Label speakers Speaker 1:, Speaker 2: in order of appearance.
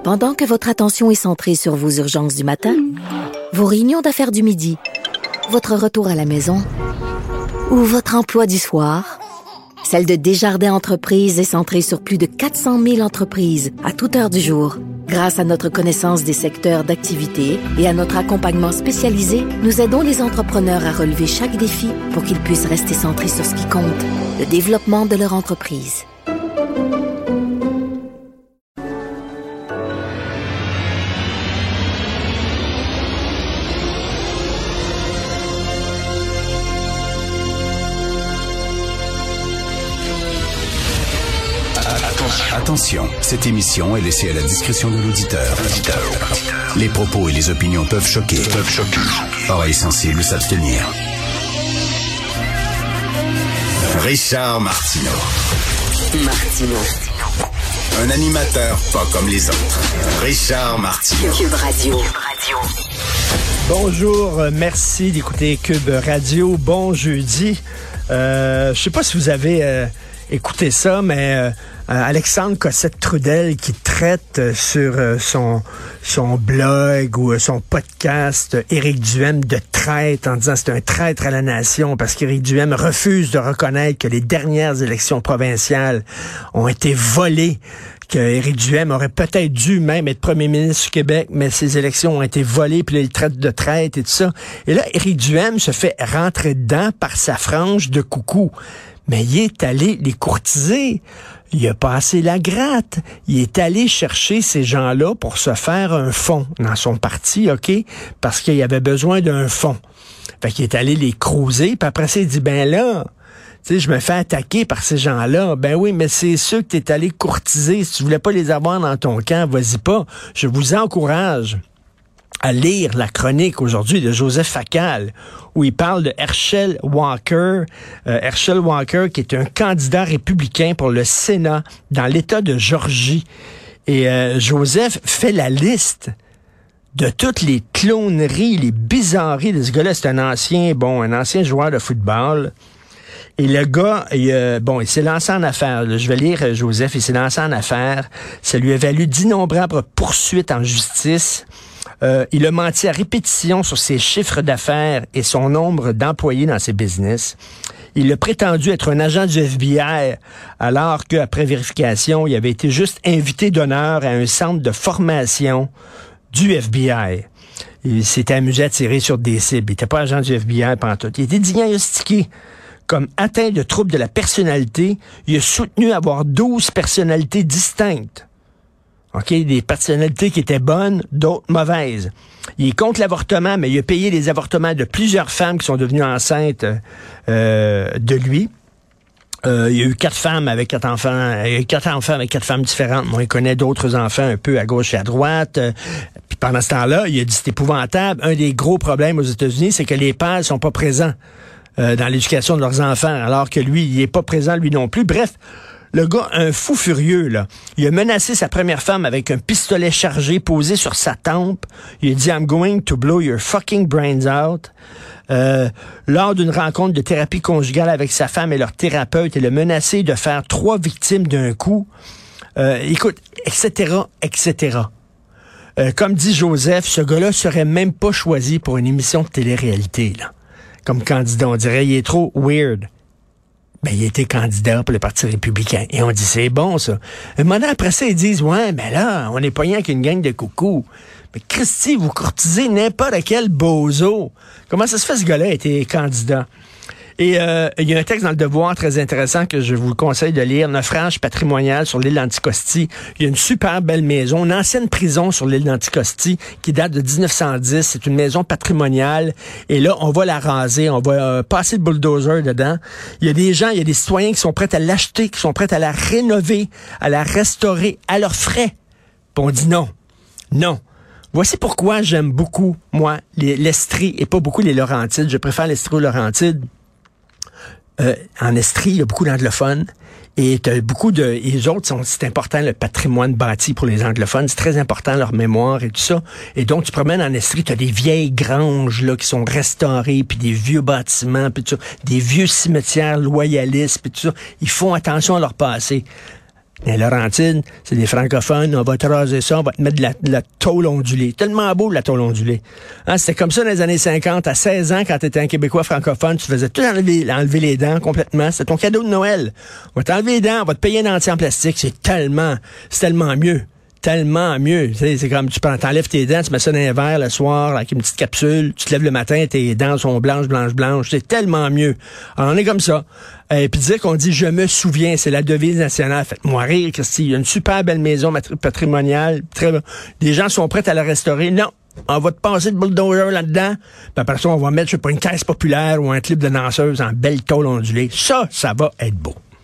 Speaker 1: Pendant que votre attention est centrée sur vos urgences du matin, vos réunions d'affaires du midi, votre retour à la maison ou votre emploi du soir, celle de Desjardins Entreprises est centrée sur plus de 400 000 entreprises à toute heure du jour. Grâce à notre connaissance des secteurs d'activité et à notre accompagnement spécialisé, nous aidons les entrepreneurs à relever chaque défi pour qu'ils puissent rester centrés sur ce qui compte, le développement de leur entreprise.
Speaker 2: Attention, cette émission est laissée à la discrétion de l'auditeur. Les propos et les opinions peuvent choquer. Oreilles sensibles s'abstenir. Richard Martineau. Un animateur pas comme les autres. Richard Martineau.
Speaker 3: Cube Radio.
Speaker 4: Bonjour, merci d'écouter Cube Radio. Bon jeudi. Je sais pas si vous avez écouté ça, mais Alexandre Cossette-Trudel qui traite sur son blog ou son podcast Éric Duhem de traître en disant c'est un traître à la nation parce qu'Éric Duhem refuse de reconnaître que les dernières élections provinciales ont été volées, que Éric Duhem aurait peut-être dû même être premier ministre du Québec, mais ces élections ont été volées, puis là, il traite de traître et tout ça. Et là, Éric Duhem se fait rentrer dedans par sa frange de coucou. Mais il est allé les courtiser. Il a passé la gratte. Il est allé chercher ces gens-là pour se faire un fonds dans son parti, OK? Parce qu'il avait besoin d'un fonds. Fait qu'il est allé les cruiser, puis après ça, il dit, ben là, tu sais, je me fais attaquer par ces gens-là. Ben oui, mais c'est ceux que t'es allé courtiser. Si tu voulais pas les avoir dans ton camp, vas-y pas. Je vous encourage à lire la chronique aujourd'hui de Joseph Facal, où il parle de Herschel Walker. Herschel Walker, qui est un candidat républicain pour le Sénat dans l'État de Georgie. Et Joseph fait la liste de toutes les cloneries, les bizarreries de ce gars-là. C'est un ancien joueur de football. Et le gars, il s'est lancé en affaires. Là. Je vais lire Joseph. Il s'est lancé en affaires. Ça lui a valu d'innombrables poursuites en justice. Il a menti à répétition sur ses chiffres d'affaires et son nombre d'employés dans ses business. Il a prétendu être un agent du FBI, alors qu'après vérification, il avait été juste invité d'honneur à un centre de formation du FBI. Il s'était amusé à tirer sur des cibles. Il n'était pas agent du FBI pantoute. Il était diagnostiqué comme atteint de troubles de la personnalité. Il a soutenu avoir 12 personnalités distinctes. OK, des personnalités qui étaient bonnes, d'autres mauvaises. Il est contre l'avortement, mais il a payé les avortements de plusieurs femmes qui sont devenues enceintes de lui. Il y a eu 4 femmes avec 4 enfants, 4 enfants avec 4 femmes différentes. Moi, il connaît d'autres enfants un peu à gauche et à droite. Puis pendant ce temps-là, il a dit c'est épouvantable. Un des gros problèmes aux États-Unis, c'est que les pères sont pas présents dans l'éducation de leurs enfants, alors que lui, il est pas présent lui non plus. Bref, le gars, un fou furieux, là. Il a menacé sa première femme avec un pistolet chargé posé sur sa tempe. Il a dit « I'm going to blow your fucking brains out ». Lors d'une rencontre de thérapie conjugale avec sa femme et leur thérapeute, il a menacé de faire 3 victimes d'un coup. Écoute, etc., etc. Comme dit Joseph, ce gars-là serait même pas choisi pour une émission de télé-réalité, là. Comme candidat, on dirait, il est trop weird. Ben, il était candidat pour le Parti républicain. Et on dit, c'est bon, ça. Un moment après ça, ils disent, ouais, mais là, on est pas rien qu'une gang de coucous. Mais Christy, vous courtisez n'importe quel bozo. Comment ça se fait, ce gars-là a été candidat? Et il y a un texte dans Le Devoir très intéressant que je vous conseille de lire, Naufrage patrimonial sur l'île d'Anticosti. Il y a une super belle maison, une ancienne prison sur l'île d'Anticosti qui date de 1910. C'est une maison patrimoniale. Et là, on va la raser, on va passer le bulldozer dedans. Il y a des gens, il y a des citoyens qui sont prêts à l'acheter, qui sont prêts à la rénover, à la restaurer à leurs frais. Puis on dit non. Non. Voici pourquoi j'aime beaucoup, moi, l'Estrie et pas beaucoup les Laurentides. Je préfère l'Estrie aux Laurentides. En Estrie, il y a beaucoup d'anglophones et les autres, c'est important le patrimoine bâti pour les anglophones, c'est très important leur mémoire et tout ça. Et donc, tu promènes en Estrie, tu as des vieilles granges là qui sont restaurées, puis des vieux bâtiments, puis tout ça, des vieux cimetières loyalistes, puis tout ça. Ils font attention à leur passé. Les Laurentides, c'est des francophones, on va te raser ça, on va te mettre de la tôle ondulée. Tellement beau, la tôle ondulée. Hein, c'était comme ça dans les années 50. À 16 ans, quand tu étais un Québécois francophone, tu faisais tout enlever les dents complètement. C'était ton cadeau de Noël. On va t'enlever les dents, on va te payer un dentier en plastique. C'est tellement mieux. Tellement mieux. C'est comme tu t'enlèves tes dents, tu mets ça dans un verre le soir avec une petite capsule, tu te lèves le matin, tes dents sont blanches. C'est tellement mieux. Alors, on est comme ça. Et puis dire qu'on dit « je me souviens », c'est la devise nationale. Faites-moi rire, Christy. Il y a une super belle maison patrimoniale. Les gens sont prêts à la restaurer. Non. On va te passer le bulldozer là-dedans. Puis après ça, on va mettre, je sais pas, une caisse populaire ou un clip de danseuse en belle tôle ondulée. Ça va être beau.